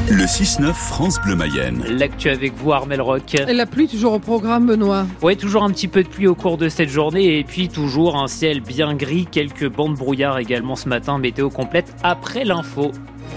Le 6-9 France Bleu Mayenne. L'actu avec vous, Armel Roch. Et la pluie toujours au programme, Benoît. Oui, toujours un petit peu de pluie au cours de cette journée et puis toujours un ciel bien gris, quelques bancs de brouillard également ce matin. Météo complète après l'info.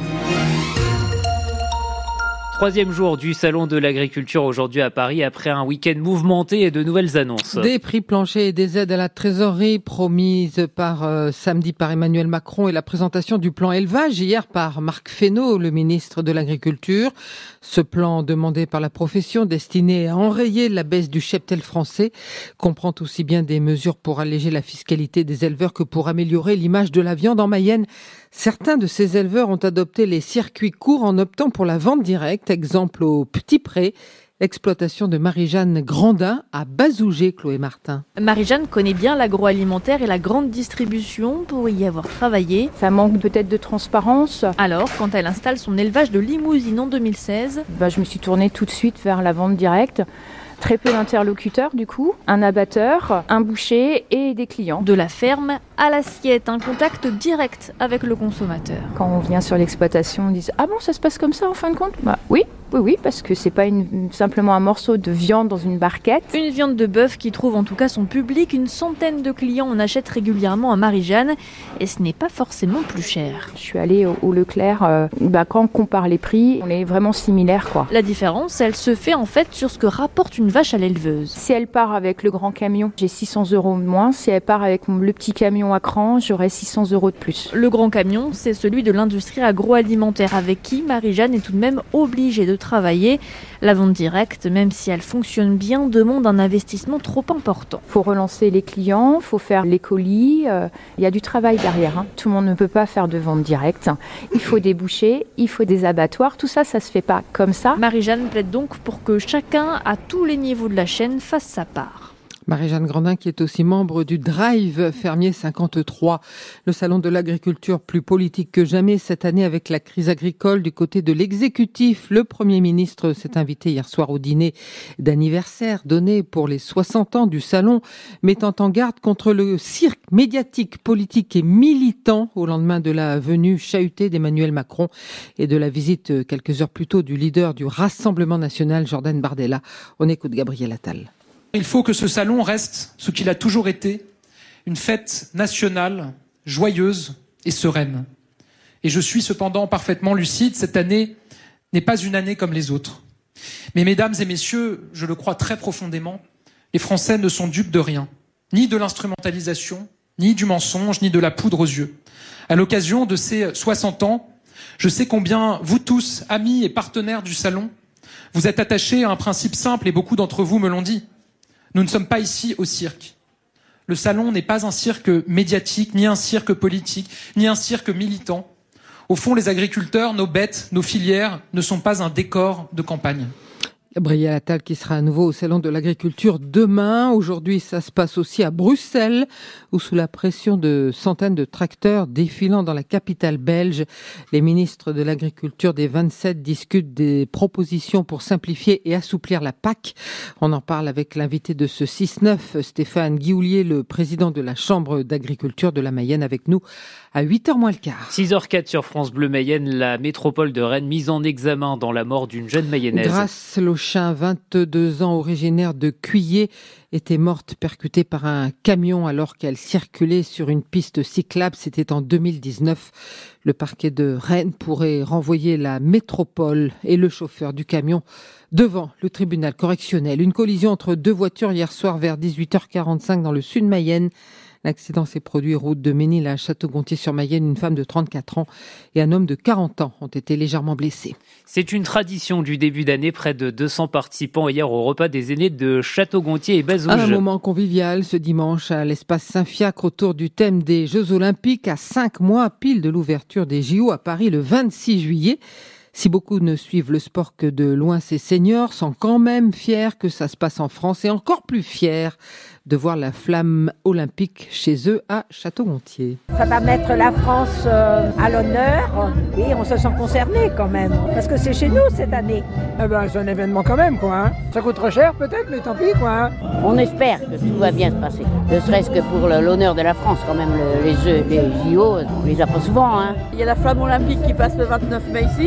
Troisième jour du Salon de l'Agriculture aujourd'hui à Paris après un week-end mouvementé et de nouvelles annonces. Des prix planchers et des aides à la trésorerie promises samedi par Emmanuel Macron et la présentation du plan élevage hier par Marc Fesneau, le ministre de l'Agriculture. Ce plan demandé par la profession destiné à enrayer la baisse du cheptel français comprend aussi bien des mesures pour alléger la fiscalité des éleveurs que pour améliorer l'image de la viande en Mayenne. Certains de ces éleveurs ont adopté les circuits courts en optant pour la vente directe. Exemple au Petit Pré, exploitation de Marie-Jeanne Grandin à Bazougé, Chloé Martin. Marie-Jeanne connaît bien l'agroalimentaire et la grande distribution pour y avoir travaillé. Ça manque peut-être de transparence. Alors, quand elle installe son élevage de limousines en 2016, je me suis tournée tout de suite vers la vente directe. Très peu d'interlocuteurs du coup, un abatteur, un boucher et des clients. De la ferme à l'assiette, un contact direct avec le consommateur. Quand on vient sur l'exploitation, on dit « Ah bon, ça se passe comme ça en fin de compte ?» Oui, parce que c'est pas simplement un morceau de viande dans une barquette. Une viande de bœuf qui trouve en tout cas son public. Une centaine de clients en achètent régulièrement à Marie-Jeanne et ce n'est pas forcément plus cher. Je suis allée au Leclerc, quand on compare les prix, on est vraiment similaires quoi. La différence, elle se fait en fait sur ce que rapporte une vache à l'éleveuse. Si elle part avec le grand camion, j'ai 600 € de moins. Si elle part avec le petit camion à cran, j'aurai 600 € de plus. Le grand camion, c'est celui de l'industrie agroalimentaire avec qui Marie-Jeanne est tout de même obligée de travailler. La vente directe, même si elle fonctionne bien, demande un investissement trop important. Il faut relancer les clients, il faut faire les colis. Il y a du travail derrière. Tout le monde ne peut pas faire de vente directe. Il faut des bouchers, il faut des abattoirs. Tout ça, ça se fait pas comme ça. Marie-Jeanne plaide donc pour que chacun, à tous les niveaux de la chaîne, fasse sa part. Marie-Jeanne Grandin qui est aussi membre du Drive Fermier 53. Le salon de l'agriculture plus politique que jamais cette année avec la crise agricole du côté de l'exécutif. Le Premier ministre s'est invité hier soir au dîner d'anniversaire donné pour les 60 ans du salon, mettant en garde contre le cirque médiatique, politique et militant au lendemain de la venue chahutée d'Emmanuel Macron et de la visite quelques heures plus tôt du leader du Rassemblement national, Jordan Bardella. On écoute Gabriel Attal. Il faut que ce salon reste ce qu'il a toujours été, une fête nationale, joyeuse et sereine. Et je suis cependant parfaitement lucide, cette année n'est pas une année comme les autres. Mais mesdames et messieurs, je le crois très profondément, les Français ne sont dupes de rien, ni de l'instrumentalisation, ni du mensonge, ni de la poudre aux yeux. À l'occasion de ces 60 ans, je sais combien vous tous, amis et partenaires du salon, vous êtes attachés à un principe simple et beaucoup d'entre vous me l'ont dit. Nous ne sommes pas ici au cirque. Le salon n'est pas un cirque médiatique, ni un cirque politique, ni un cirque militant. Au fond, les agriculteurs, nos bêtes, nos filières ne sont pas un décor de campagne. Gabriel Attal qui sera à nouveau au Salon de l'Agriculture demain. Aujourd'hui, ça se passe aussi à Bruxelles, où sous la pression de centaines de tracteurs défilant dans la capitale belge, les ministres de l'Agriculture des 27 discutent des propositions pour simplifier et assouplir la PAC. On en parle avec l'invité de ce 6-9, Stéphane Guioulier, le président de la Chambre d'agriculture de la Mayenne, avec nous à 8h moins le quart. 6h04 sur France Bleu Mayenne, la métropole de Rennes mise en examen dans la mort d'une jeune Mayonnaise. Grâce Lochin, 22 ans, originaire de Cuillé, était morte percutée par un camion alors qu'elle circulait sur une piste cyclable. C'était en 2019. Le parquet de Rennes pourrait renvoyer la métropole et le chauffeur du camion devant le tribunal correctionnel. Une collision entre deux voitures hier soir vers 18h45 dans le sud Mayenne. L'accident s'est produit route de Ménil à Château-Gontier-sur-Mayenne. Une femme de 34 ans et un homme de 40 ans ont été légèrement blessés. C'est une tradition du début d'année. Près de 200 participants hier au repas des aînés de Château-Gontier et Bazouges. Un moment convivial ce dimanche à l'espace Saint-Fiacre autour du thème des Jeux Olympiques à 5 mois pile de l'ouverture des JO à Paris le 26 juillet. Si beaucoup ne suivent le sport que de loin, ces seniors sont quand même fiers que ça se passe en France et encore plus fiers de voir la flamme olympique chez eux à Château-Gontier. Ça va mettre la France à l'honneur. Oui, on se sent concerné quand même, parce que c'est chez nous cette année. C'est un événement quand même, quoi. Hein. Ça coûte trop cher peut-être, mais tant pis, quoi. Hein. On espère que tout va bien se passer. Ne serait-ce que pour l'honneur de la France, quand même, les JO, on les a pas souvent. Hein. Il y a la flamme olympique qui passe le 29 mai ici.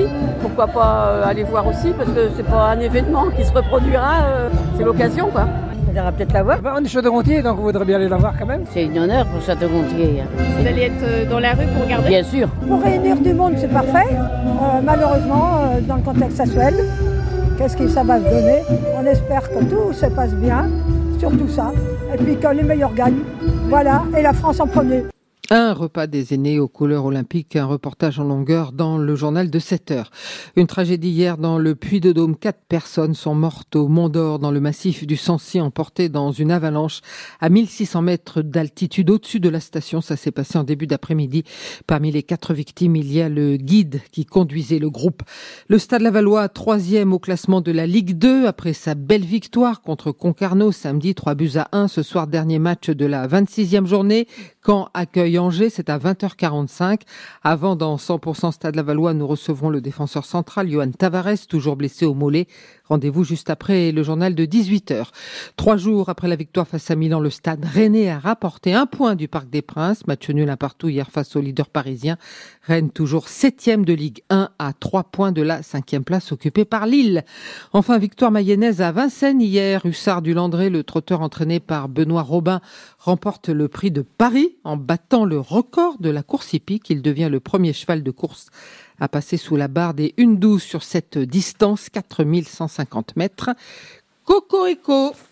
pourquoi pas aller voir aussi, parce que c'est pas un événement qui se reproduira, c'est l'occasion quoi. On ira peut-être la voir. On est Château-Gontier, donc on voudrait bien aller la voir quand même. C'est une honneur pour Château-Gontier. Vous allez être dans la rue pour regarder ? Bien sûr. Pour réunir du monde, c'est parfait. Malheureusement, dans le contexte actuel, qu'est-ce que ça va se donner ? On espère que tout se passe bien, surtout ça. Et puis que les meilleurs gagnent. Voilà, et la France en premier. Un repas des aînés aux couleurs olympiques, un reportage en longueur dans le journal de 7 heures. Une tragédie hier dans le Puy-de-Dôme. 4 personnes sont mortes au Mont d'Or dans le massif du Sancy, emportées dans une avalanche à 1600 mètres d'altitude au-dessus de la station. Ça s'est passé en début d'après-midi. Parmi les 4 victimes, il y a le guide qui conduisait le groupe. Le Stade Lavallois, 3e au classement de la Ligue 2 après sa belle victoire contre Concarneau samedi, 3-1. Ce soir, dernier match de la 26e journée. Caen accueille Angers, c'est à 20h45. Avant, dans 100% Stade Lavallois, nous recevrons le défenseur central, Yohan Tavares, toujours blessé au mollet. Rendez-vous juste après le journal de 18h. 3 jours après la victoire face à Milan, le Stade Rennais a rapporté 1 point du Parc des Princes. Match nul 1-1 hier face au leader parisien. Rennes toujours 7e de Ligue 1 à 3 points de la 5e place occupée par Lille. Enfin, victoire mayonnaise à Vincennes hier. Hussard du Landré, le trotteur entraîné par Benoît Robin, remporte le prix de Paris en battant le record de la course hippique. Il devient le premier cheval de course à passer sous la barre des 1,12 sur cette distance, 4150 mètres. Cocorico!